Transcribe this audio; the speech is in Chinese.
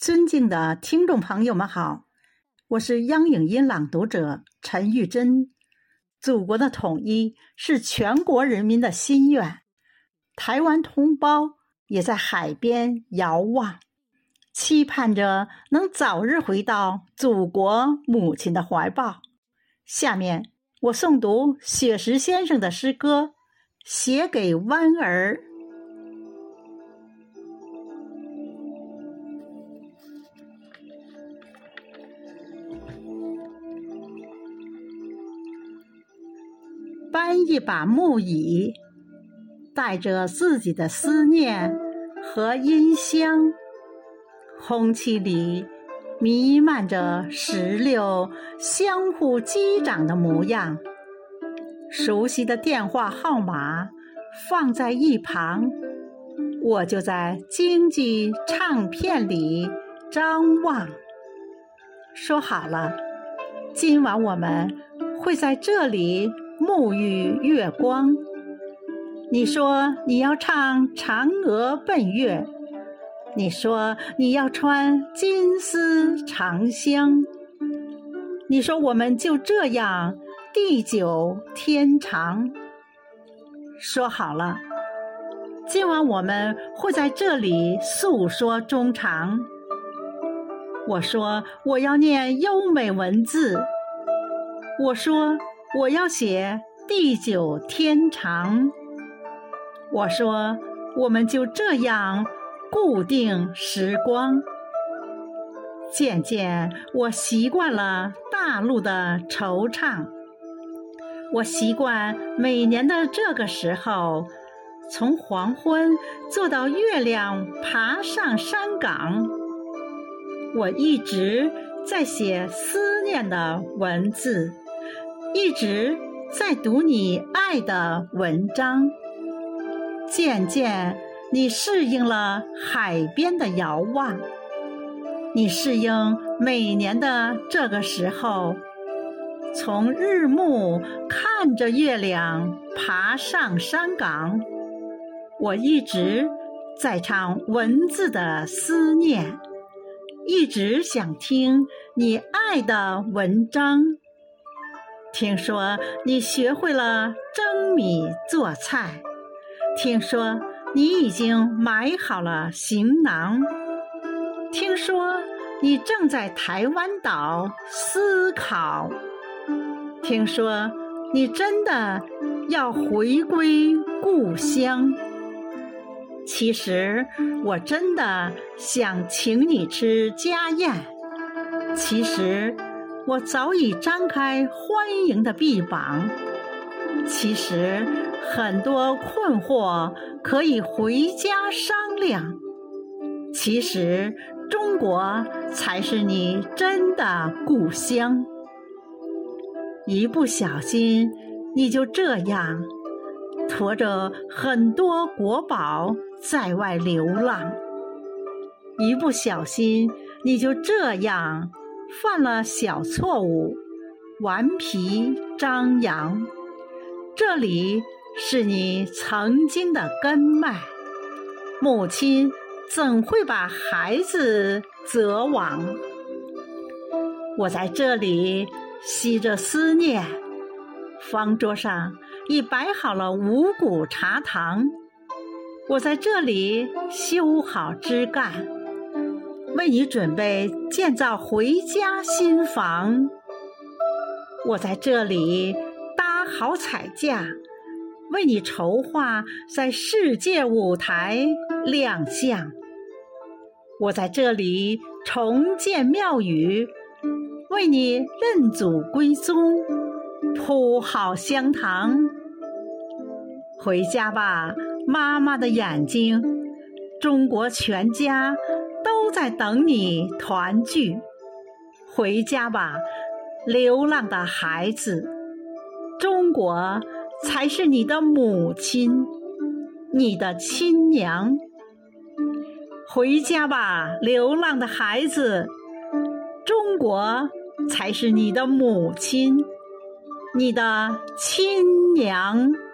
尊敬的听众朋友们好，我是央影音朗读者陈玉珍。祖国的统一是全国人民的心愿，台湾同胞也在海边遥望，期盼着能早日回到祖国母亲的怀抱。下面我诵读雪石先生的诗歌《写给湾儿》。搬一把木椅，带着自己的思念和音香，空气里弥漫着石榴相互击掌的模样。熟悉的电话号码放在一旁，我就在京剧唱片里张望。说好了，今晚我们会在这里沐浴月光。你说你要唱嫦娥奔月，你说你要穿金丝长香，你说我们就这样地久天长。说好了，今晚我们会在这里诉说衷肠。我说我要念优美文字，我说我要写地久天长。我说我们就这样固定时光。渐渐我习惯了大陆的惆怅，我习惯每年的这个时候，从黄昏坐到月亮爬上山岗。我一直在写思念的文字，一直在读你爱的文章。渐渐你适应了海边的遥望，你适应每年的这个时候，从日暮看着月亮爬上山岗。我一直在唱文字的思念，一直想听你爱的文章。听说你学会了蒸米做菜，听说你已经买好了行囊，听说你正在台湾岛思考，听说你真的要回归故乡。其实我真的想请你吃家宴，其实我早已张开欢迎的臂膀。其实很多困惑可以回家商量。其实中国才是你真的故乡。一不小心你就这样驮着很多国宝在外流浪，一不小心你就这样犯了小错误，顽皮张扬。这里是你曾经的根脉，母亲怎会把孩子责亡？我在这里吸着思念，方桌上已摆好了五谷茶糖，我在这里修好枝干，为你准备建造回家新房。我在这里搭好彩架，为你筹划在世界舞台亮相。我在这里重建庙宇，为你认祖归宗，铺好香堂。回家吧，妈妈的眼睛，中国全家都在等你团聚。回家吧，流浪的孩子，中国才是你的母亲，你的亲娘。回家吧，流浪的孩子，中国才是你的母亲，你的亲娘。